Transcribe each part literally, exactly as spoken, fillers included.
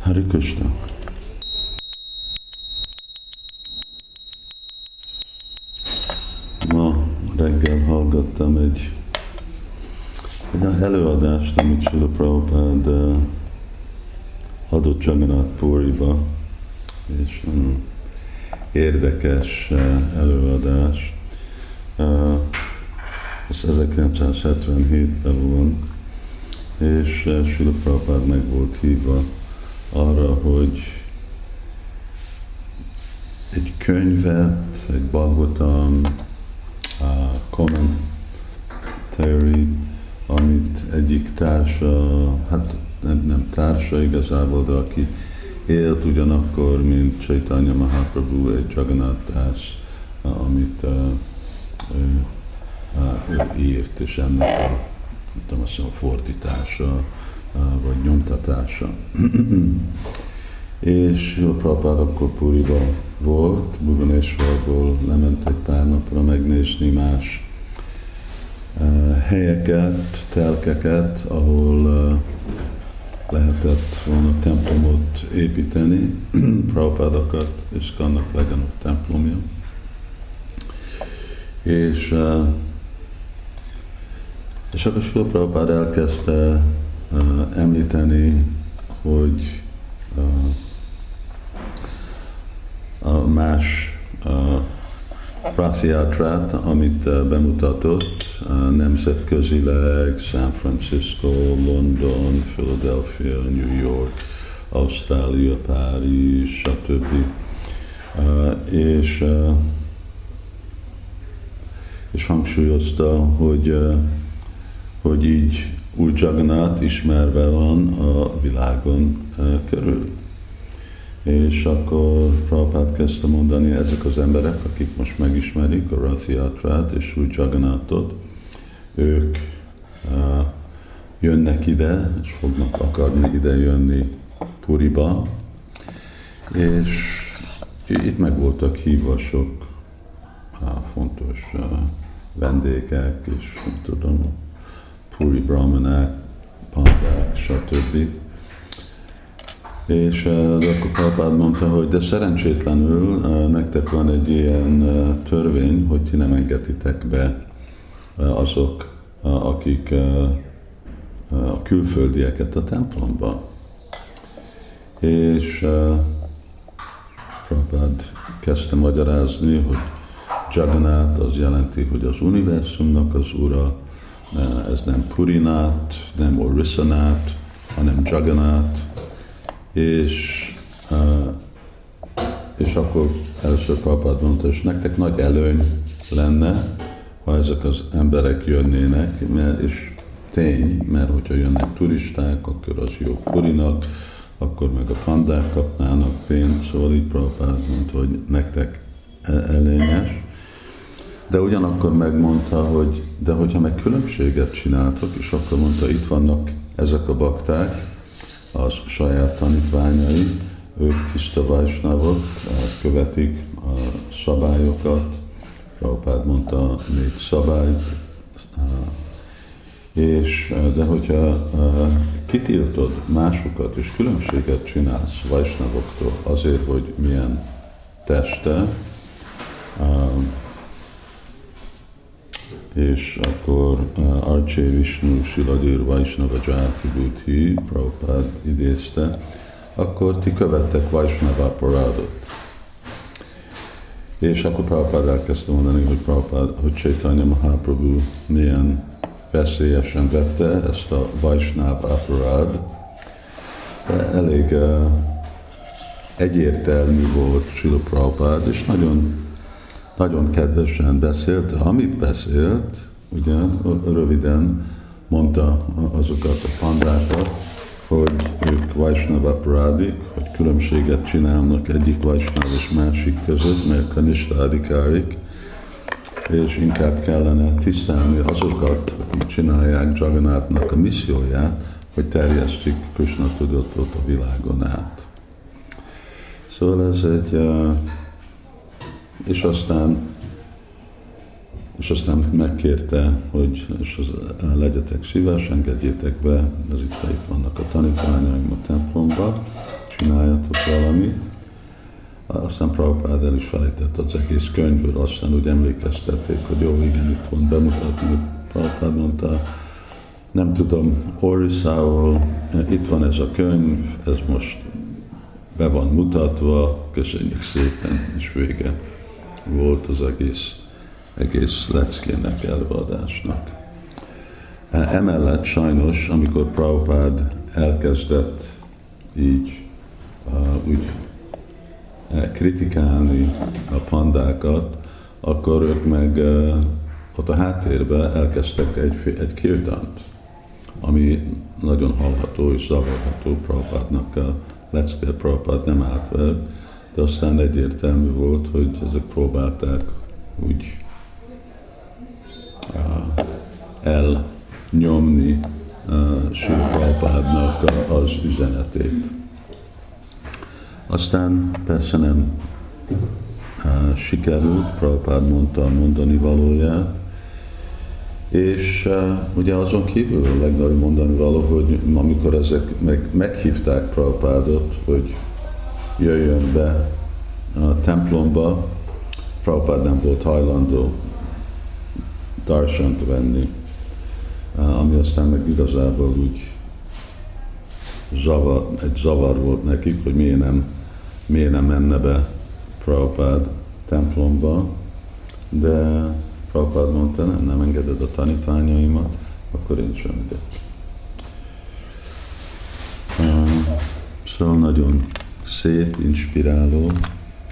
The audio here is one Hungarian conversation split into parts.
Hare Krishna. Ma reggel hallgattam egy, egy előadást, amit Srila Prabhupád adott Jagannath Puriba, és um, érdekes előadás. Uh, ez ezerkilencszázhetvenhétben van, és uh, Srila Prabhupád meg volt hívva arra, hogy egy könyvet, egy Bhagavatam, a commentary, amit egyik társa, hát nem, nem társa igazából, de aki élt ugyanakkor, mint Chaitanya Mahaprabhu, egy Jagannath Das, amit uh, ő, uh, ő írt, és ennek a, nem tudom, azt mondom, fordítása, uh, vagy nyomtatása. És a Prabhupád akkor Puriba volt, Bhubaneswarból lement egy pár napra megnézni más uh, helyeket, telkeket, ahol uh, lehetett volna templomot építeni. Prabhupád akart, és annak legyen a templomja. És, uh, és akkor Srila Prabhupád elkezdte uh, említeni, hogy uh, a más uh, Rathiyatrát, amit uh, bemutatott uh, nemzetközileg, San Francisco, London, Philadelphia, New York, Ausztrália, Párizs, stb. Uh, és, uh, és hangsúlyozta, hogy, uh, hogy így új Jagannath ismerve van a világon uh, körül. És akkor Prabhupád kezdte mondani, ezek az emberek, akik most megismerik a Rathiyatrát és új Jagannathot, ők uh, jönnek ide, és fognak akarni ide jönni Puriba, és itt meg voltak hívva sok uh, fontos uh, vendégek, és nem tudom, Puri Brahmanák, pandák, stb. És uh, akkor Prabhupád mondta, hogy de szerencsétlenül uh, nektek van egy ilyen uh, törvény, hogy ti nem engeditek be uh, azok, uh, akik uh, uh, a külföldieket a templomba. És uh, Prabhupád kezdte magyarázni, hogy Jagannath az jelenti, hogy az univerzumnak az ura, uh, ez nem Purinath, nem Orissanath, hanem Jagannath. És, uh, és akkor először Prabhupád mondta, és nektek nagy előny lenne, ha ezek az emberek jönnének, mert, és tény, mert hogyha jönnek turisták, akkor az jó Purinak, akkor meg a pandák kapnának pénzt, szóval így Prabhupád mondta, hogy nektek előnyes. De ugyanakkor megmondta, hogy de hogyha meg különbséget csináltok, és akkor mondta, itt vannak ezek a bakták, az saját tanítványai, ők tiszta vajsnavok, követik a szabályokat, Prabhupád mondta négy szabályt, és de hogyha kitiltod másokat és különbséget csinálsz vajsnavoktól azért, hogy milyen teste, és akkor uh, Arche Vishnu Shiladir Vaishnava Jati Buddhi, Prabhupád idézte, akkor ti követtek Vaishnava Aparádot. És akkor Prabhupád elkezdte mondani, hogy, Prabhupád, hogy Chaitanya Mahaprabhu milyen veszélyesen vette ezt a Vaishnava Aparád. Elég uh, egyértelmű volt Srila Prabhupád, és nagyon nagyon kedvesen beszélt, amit beszélt, ugye röviden mondta azokat a pandákat, hogy ők Vaishnava Aparádik, hogy különbséget csinálnak egyik Vaishnava és másik között, mert Kanishta Adhikárik, és inkább kellene tisztelni azokat, akik csinálják Jagannathnak a misszióját, hogy terjesztik Krishna tudatot a világon át. Szóval ez egy és aztán, és aztán megkérte, hogy és az, legyetek szíves, engedjétek be, az itt, itt vannak a tanítványaim a templomba, és csináljatok valamit. Aztán Prabhupád el is felejtett az egész könyvből, aztán úgy emlékeztették, hogy jó, igen, itt van bemutatni. Prabhupád mondta, nem tudom, Oriszáról, itt van ez a könyv, ez most be van mutatva, köszönjük szépen, és vége volt az egész, egész leckének, előadásnak. Emellett sajnos, amikor Prabhupád elkezdett így uh, úgy kritikálni a pandákat, akkor ők meg uh, ott a háttérben elkezdtek egy, egy kirtant, ami nagyon hallható és zavarható Prabhupádnak a lecke. Prabhupád nem állt vele, de aztán egyértelmű volt, hogy ezek próbálták úgy uh, elnyomni uh, Sri Prabhupádnak az üzenetét. Aztán persze nem uh, sikerült, Prabhupád mondta a mondani valóját, és uh, ugye azon kívül a legnagyobb mondani való, hogy amikor ezek meg, meghívták Prabhupádot, hogy jöjjön be a templomba, Prabhupád nem volt hajlandó darsant venni, uh, ami aztán meg igazából úgy zavar, egy zavar volt nekik, hogy miért nem, miért nem menne be Prabhupád templomba, de Prabhupád mondta, nem, nem engeded a tanítványaimat, akkor én sem engedek. Uh, szóval nagyon szép, inspiráló uh,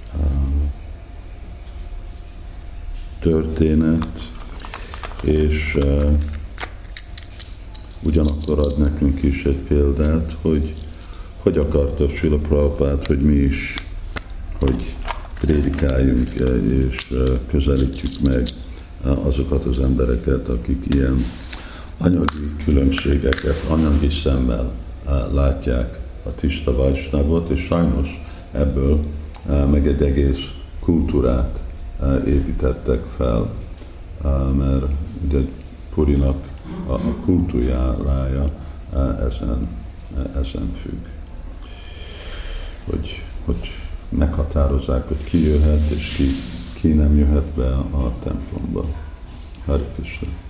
történet, és uh, ugyanakkor ad nekünk is egy példát, hogy hogy akarta Srila Prabhupád, hogy mi is, hogy prédikáljunk és közelítjük meg azokat az embereket, akik ilyen anyagi különbségeket, anyagi szemmel látják a tiszta vajsnavot, és sajnos ebből meg egy egész kultúrát építettek fel, mert ugye Purinak a kultúrája ezen, ezen függ. Hogy, hogy meghatározzák, hogy ki jöhet és ki, ki nem jöhet be a templomba. Hare Krishna.